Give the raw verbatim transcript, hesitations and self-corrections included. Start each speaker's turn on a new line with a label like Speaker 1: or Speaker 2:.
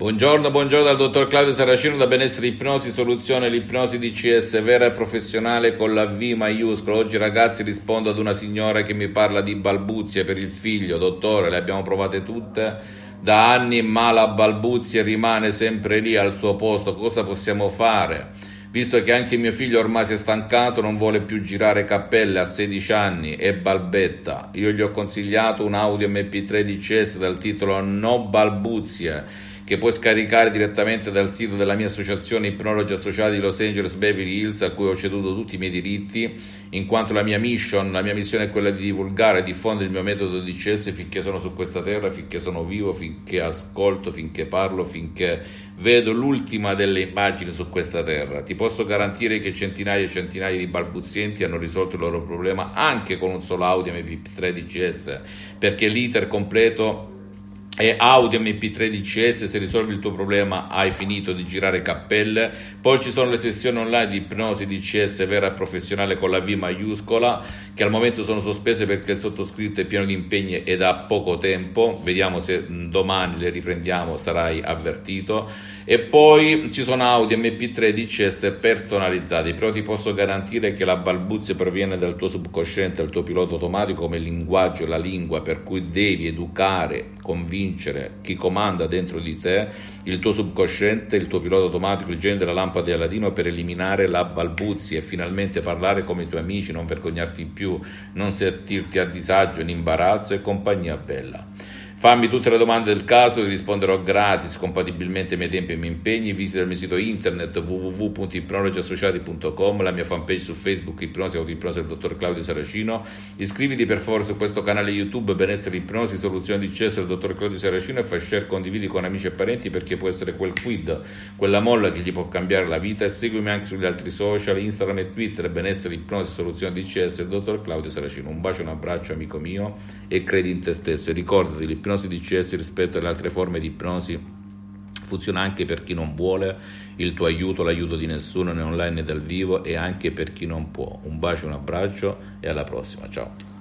Speaker 1: Buongiorno, buongiorno dal dottor Claudio Saracino da Benessere Ipnosi Soluzione, l'ipnosi D C S vera e professionale con la V maiuscola. Oggi ragazzi rispondo ad una signora che mi parla di balbuzie per il figlio. Dottore, le abbiamo provate tutte da anni, ma la balbuzia rimane sempre lì al suo posto. Cosa possiamo fare? Visto che anche mio figlio ormai si è stancato, non vuole più girare cappelle, a sedici anni e balbetta. Io gli ho consigliato un Audio M P tre D C S dal titolo No Balbuzie, che puoi scaricare direttamente dal sito della mia associazione Ipnologi Associati di Los Angeles Beverly Hills, a cui ho ceduto tutti i miei diritti, in quanto la mia mission, la mia missione è quella di divulgare e diffondere il mio metodo D C S finché sono su questa terra, finché sono vivo, finché ascolto, finché parlo, finché vedo l'ultima delle immagini su questa terra. Ti posso garantire che centinaia e centinaia di balbuzienti hanno risolto il loro problema anche con un solo Audio M P tre D C S, perché l'iter completo è Audio M P tre D C S. Se risolvi il tuo problema hai finito di girare cappelle. Poi ci sono le sessioni online di ipnosi D C S vera e professionale con la V maiuscola, che al momento sono sospese perché il sottoscritto è pieno di impegni ed ha poco tempo. Vediamo se domani le riprendiamo, sarai avvertito. E poi ci sono Audio M P tre D C S personalizzati, però ti posso garantire che la balbuzia proviene dal tuo subconsciente, dal tuo pilota automatico, come il linguaggio e la lingua, per cui devi educare, convincere chi comanda dentro di te, il tuo subconsciente, il tuo pilota automatico, il genio della lampada di Aladino, per eliminare la balbuzia e finalmente parlare come i tuoi amici, non vergognarti più, non sentirti a disagio, in imbarazzo e compagnia bella. Fammi tutte le domande del caso, ti risponderò gratis, compatibilmente ai miei tempi e ai miei impegni. Visita il mio sito internet w w w punto ipnologi associati punto com, la mia fanpage su Facebook Ipnosi Autoipnosi del dottor Claudio Saracino. Iscriviti per favore su questo canale YouTube Benessere Ipnosi Soluzione D C S del dottor Claudio Saracino e fai share, condividi con amici e parenti, perché può essere quel quid, quella molla che gli può cambiare la vita. E seguimi anche sugli altri social, Instagram e Twitter, Benessere Ipnosi Soluzione D C S del dottor Claudio Saracino. Un bacio e un abbraccio amico mio e credi in te stesso e ricordati, l'ipnosi D C S rispetto alle altre forme di ipnosi funziona anche per chi non vuole il tuo aiuto, l'aiuto di nessuno né online né dal vivo, e anche per chi non può. Un bacio, un abbraccio e alla prossima, ciao.